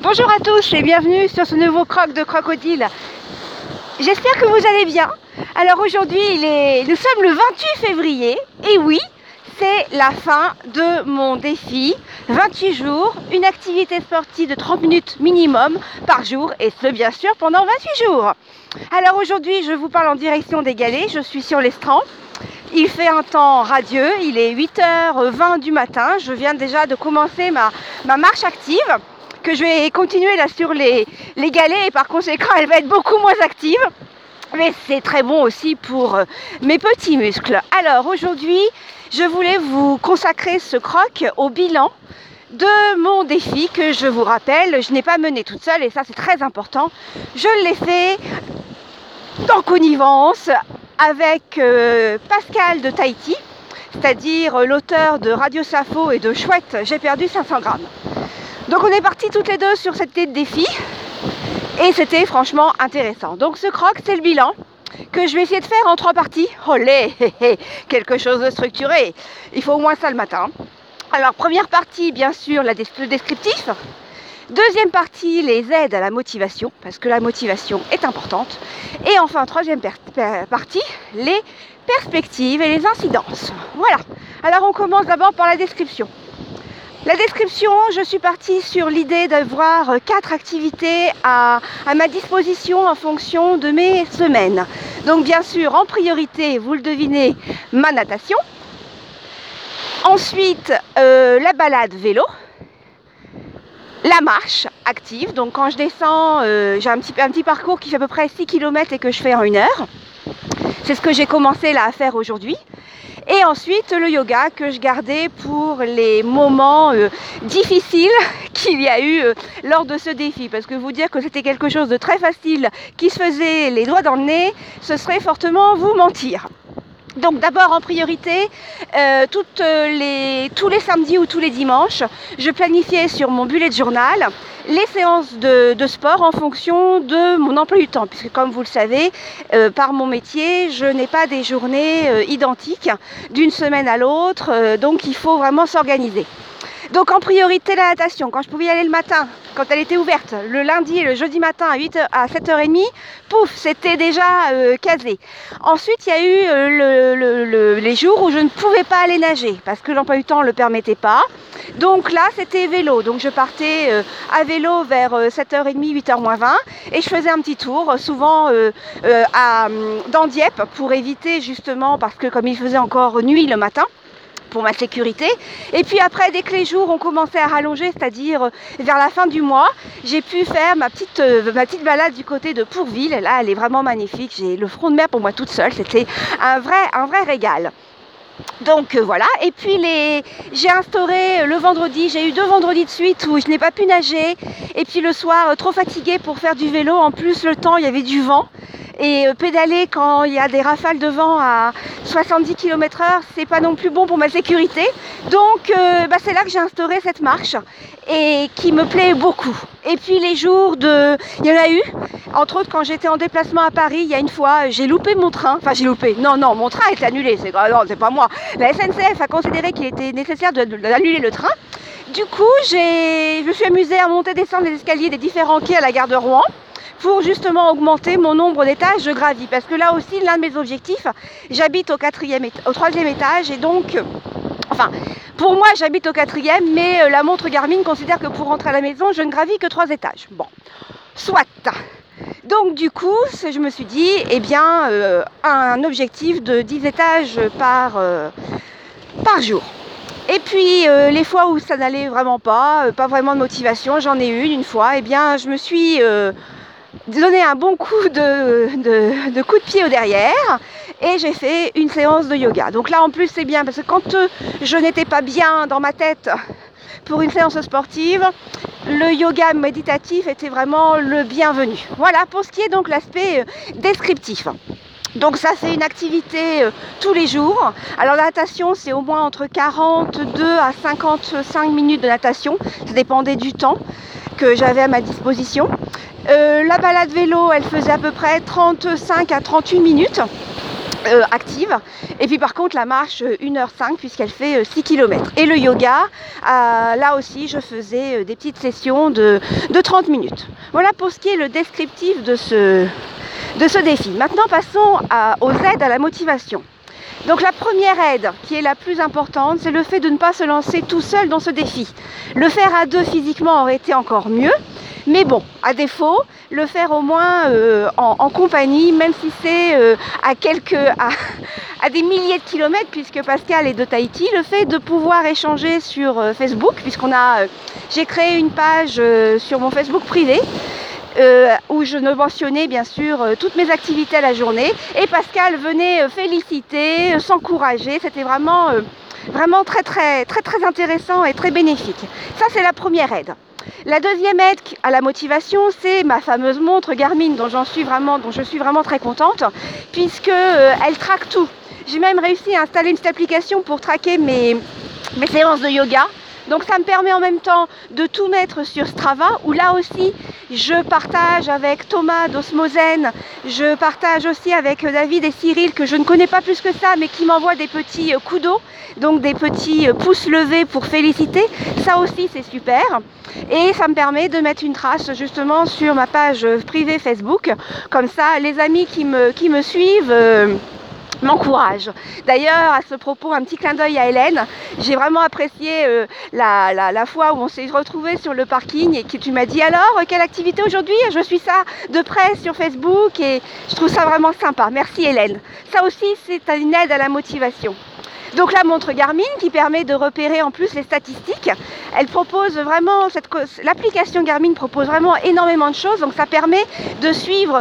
Bonjour à tous et bienvenue sur ce nouveau croc de crocodile. J'espère que vous allez bien. Alors aujourd'hui, nous sommes le 28 février et oui, c'est la fin de mon défi. 28 jours, une activité sportive de 30 minutes minimum par jour et ce bien sûr pendant 28 jours. Alors aujourd'hui, je vous parle en direction des galets, je suis sur l'estran. Il fait un temps radieux, il est 8h20 du matin. Je viens déjà de commencer ma marche active que je vais continuer là sur les galets et par conséquent elle va être beaucoup moins active. Mais c'est très bon aussi pour mes petits muscles. Alors aujourd'hui, je voulais vous consacrer ce croc au bilan de mon défi que je vous rappelle, je n'ai pas mené toute seule et ça c'est très important. Je l'ai fait en connivence avec Pascal de Tahiti, c'est-à-dire l'auteur de Radio Safo et de Chouette, j'ai perdu 500 grammes. Donc on est partis toutes les deux sur cette idée de défi et c'était franchement intéressant. Donc ce croc, c'est le bilan que je vais essayer de faire en 3 parties. Olé, quelque chose de structuré. Il faut au moins ça le matin. Alors première partie, bien sûr, le descriptif. Deuxième partie, les aides à la motivation, parce que la motivation est importante. Et enfin, troisième partie, les perspectives et les incidences. Voilà. Alors on commence d'abord par la description. La description, je suis partie sur l'idée d'avoir 4 activités à ma disposition en fonction de mes semaines. Donc bien sûr, en priorité, vous le devinez, ma natation. Ensuite, la balade vélo. La marche active, donc quand je descends, j'ai un petit parcours qui fait à peu près 6 km et que je fais en 1 heure. C'est ce que j'ai commencé là à faire aujourd'hui. Et ensuite le yoga que je gardais pour les moments difficiles qu'il y a eu lors de ce défi. Parce que vous dire que c'était quelque chose de très facile qui se faisait les doigts dans le nez, ce serait fortement vous mentir. Donc d'abord en priorité, tous les samedis ou tous les dimanches, je planifiais sur mon bullet journal les séances de sport en fonction de mon emploi du temps. Puisque comme vous le savez, par mon métier, je n'ai pas des journées identiques d'une semaine à l'autre, donc il faut vraiment s'organiser. Donc en priorité la natation, quand je pouvais y aller le matin, quand elle était ouverte, le lundi et le jeudi matin à 7h30, pouf, c'était déjà casé. Ensuite, il y a eu les jours où je ne pouvais pas aller nager, parce que l'emploi du temps ne le permettait pas. Donc là, c'était vélo. Donc je partais à vélo vers 7h30, 8h moins 20, et je faisais un petit tour, souvent dans Dieppe, pour éviter justement, parce que comme il faisait encore nuit le matin, pour ma sécurité. Et puis après, dès que les jours ont commencé à rallonger, c'est-à-dire vers la fin du mois, j'ai pu faire ma petite balade du côté de Pourville. Là, elle est vraiment magnifique. J'ai le front de mer pour moi toute seule. C'était un vrai régal. Donc voilà, et puis j'ai instauré le vendredi, j'ai eu 2 vendredis de suite où je n'ai pas pu nager, et puis le soir, trop fatiguée pour faire du vélo, en plus le temps, il y avait du vent, et pédaler quand il y a des rafales de vent à 70 km/h, c'est pas non plus bon pour ma sécurité, donc c'est là que j'ai instauré cette marche, et qui me plaît beaucoup. Et puis les jours il y en a eu, entre autres quand j'étais en déplacement à Paris, il y a une fois, j'ai loupé mon train, non, mon train est annulé, c'est pas moi. La SNCF a considéré qu'il était nécessaire d'annuler le train. Du coup, je me suis amusée à monter et descendre les escaliers des différents quais à la gare de Rouen pour justement augmenter mon nombre d'étages de gravis. Parce que là aussi, l'un de mes objectifs, j'habite au 3e étage et donc... pour moi, j'habite au 4e, mais la montre Garmin considère que pour rentrer à la maison, je ne gravis que 3 étages. Bon, soit. Donc du coup, je me suis dit, un objectif de 10 étages par jour. Et puis les fois où ça n'allait vraiment pas vraiment de motivation, j'en ai une fois, je me suis donné un bon coup de coup de pied au derrière et j'ai fait une séance de yoga. Donc là en plus c'est bien parce que quand je n'étais pas bien dans ma tête pour une séance sportive, le yoga méditatif était vraiment le bienvenu. Voilà pour ce qui est donc l'aspect descriptif. Donc ça c'est une activité tous les jours. Alors la natation c'est au moins entre 42 à 55 minutes de natation, ça dépendait du temps que j'avais à ma disposition. La balade vélo elle faisait à peu près 35 à 38 minutes. active. Et puis par contre la marche 1h05 puisqu'elle fait 6 km. Et le yoga, là aussi je faisais des petites sessions de 30 minutes. Voilà pour ce qui est le descriptif de ce défi. Maintenant passons aux aides à la motivation. Donc la première aide qui est la plus importante, c'est le fait de ne pas se lancer tout seul dans ce défi. Le faire à deux physiquement aurait été encore mieux. Mais bon, à défaut, le faire au moins en compagnie, même si c'est à des milliers de kilomètres, puisque Pascal est de Tahiti, le fait de pouvoir échanger sur Facebook, j'ai créé une page sur mon Facebook privé, où je mentionnais bien sûr toutes mes activités à la journée, et Pascal venait féliciter, s'encourager. C'était vraiment très très très très intéressant et très bénéfique. Ça, c'est la première aide. La deuxième aide à la motivation, c'est ma fameuse montre Garmin dont je suis vraiment très contente, puisque elle traque tout. J'ai même réussi à installer une petite application pour traquer mes séances de yoga. Donc ça me permet en même temps de tout mettre sur Strava, où là aussi je partage avec Thomas d'Osmosen, je partage aussi avec David et Cyril, que je ne connais pas plus que ça, mais qui m'envoient des petits coups d'eau, donc des petits pouces levés pour féliciter. Ça aussi c'est super. Et ça me permet de mettre une trace justement sur ma page privée Facebook. Comme ça, les amis qui me suivent m'encourage. D'ailleurs, à ce propos, un petit clin d'œil à Hélène. J'ai vraiment apprécié la fois où on s'est retrouvés sur le parking et que tu m'as dit alors, quelle activité aujourd'hui? Je suis ça de près sur Facebook et je trouve ça vraiment sympa. Merci Hélène. Ça aussi, c'est une aide à la motivation. Donc la montre Garmin qui permet de repérer en plus les statistiques. Elle propose vraiment, l'application Garmin propose vraiment énormément de choses. Donc ça permet de suivre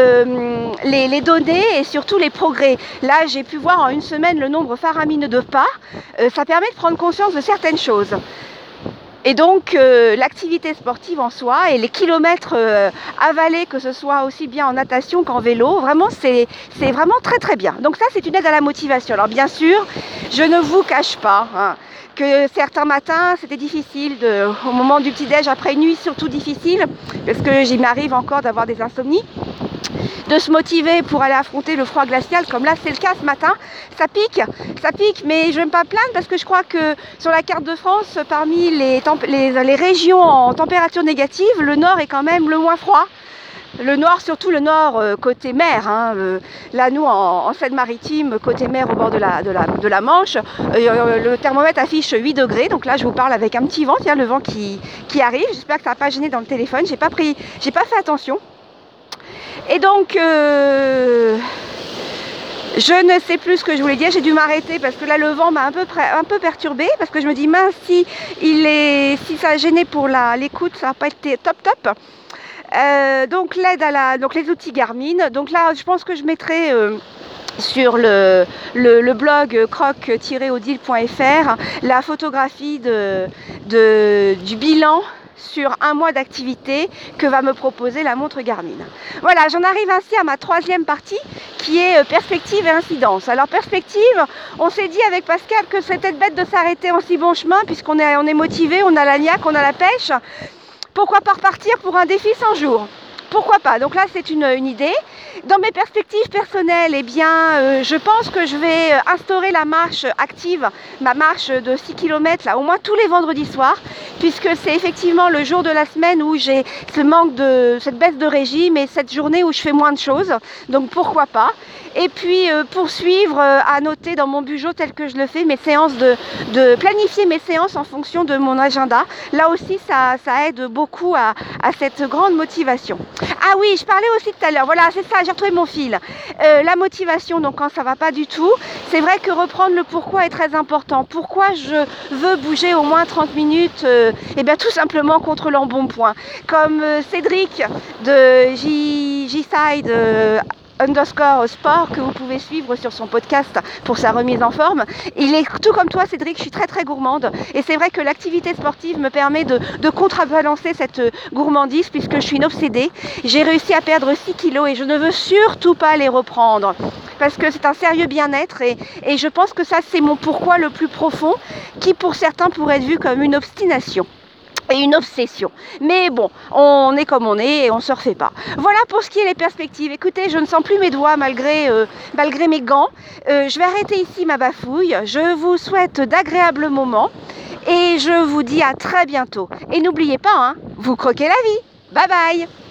les données et surtout les progrès. Là, j'ai pu voir en une semaine le nombre faramineux de pas. Ça permet de prendre conscience de certaines choses. Et donc l'activité sportive en soi et les kilomètres avalés, que ce soit aussi bien en natation qu'en vélo, vraiment c'est vraiment très très bien. Donc ça, c'est une aide à la motivation. Alors bien sûr, je ne vous cache pas que certains matins c'était difficile, au moment du petit-déj, après une nuit surtout difficile, parce que j'y m'arrive encore d'avoir des insomnies, de se motiver pour aller affronter le froid glacial, comme là c'est le cas ce matin. Ça pique, mais je ne vais pas me plaindre parce que je crois que sur la carte de France, parmi les régions en température négative, le nord est quand même le moins froid. Le nord, surtout le nord côté mer, là nous en Seine-Maritime, côté mer au bord de la Manche, le thermomètre affiche 8 degrés, donc là je vous parle avec un petit vent, il y a le vent qui arrive, j'espère que ça n'a pas gêné dans le téléphone, j'ai pas fait attention. Et donc, je ne sais plus ce que je voulais dire, j'ai dû m'arrêter parce que là le vent m'a un peu perturbée, parce que je me dis mince, si ça a gêné pour l'écoute, ça n'a pas été top. Donc les outils Garmin, donc là je pense que je mettrai sur le blog croc-odile.fr la photographie du bilan sur un mois d'activité que va me proposer la montre Garmin. Voilà, j'en arrive ainsi à ma troisième partie qui est perspective et incidence. Alors perspective, on s'est dit avec Pascal que c'était bête de s'arrêter en si bon chemin puisqu'on est motivé, on a la niaque, on a la pêche. Pourquoi pas repartir pour un défi 100 jours? Pourquoi pas? Donc là, c'est une idée. Dans mes perspectives personnelles, eh bien, je pense que je vais instaurer la marche active, ma marche de 6 km, là, au moins tous les vendredis soirs, puisque c'est effectivement le jour de la semaine où j'ai cette baisse de régime et cette journée où je fais moins de choses. Donc pourquoi pas? Et puis poursuivre à noter dans mon bugeot tel que je le fais mes séances, de planifier mes séances en fonction de mon agenda. Là aussi, ça aide beaucoup à cette grande motivation. Ah oui, je parlais aussi tout à l'heure, voilà, c'est ça, j'ai retrouvé mon fil. La motivation, donc quand ça va pas du tout, c'est vrai que reprendre le pourquoi est très important. Pourquoi je veux bouger au moins 30 minutes Eh bien tout simplement contre l'embonpoint. Comme Cédric de J-Side _sport que vous pouvez suivre sur son podcast pour sa remise en forme. Il est tout comme toi Cédric, je suis très très gourmande et c'est vrai que l'activité sportive me permet de contrebalancer cette gourmandise puisque je suis une obsédée. J'ai réussi à perdre 6 kilos et je ne veux surtout pas les reprendre parce que c'est un sérieux bien-être et je pense que ça c'est mon pourquoi le plus profond qui pour certains pourrait être vu comme une obstination. et une obsession. Mais bon, on est comme on est et on se refait pas. Voilà pour ce qui est les perspectives. Écoutez, je ne sens plus mes doigts malgré mes gants. Je vais arrêter ici ma bafouille. Je vous souhaite d'agréables moments et je vous dis à très bientôt. Et n'oubliez pas, hein, vous croquez la vie. Bye bye.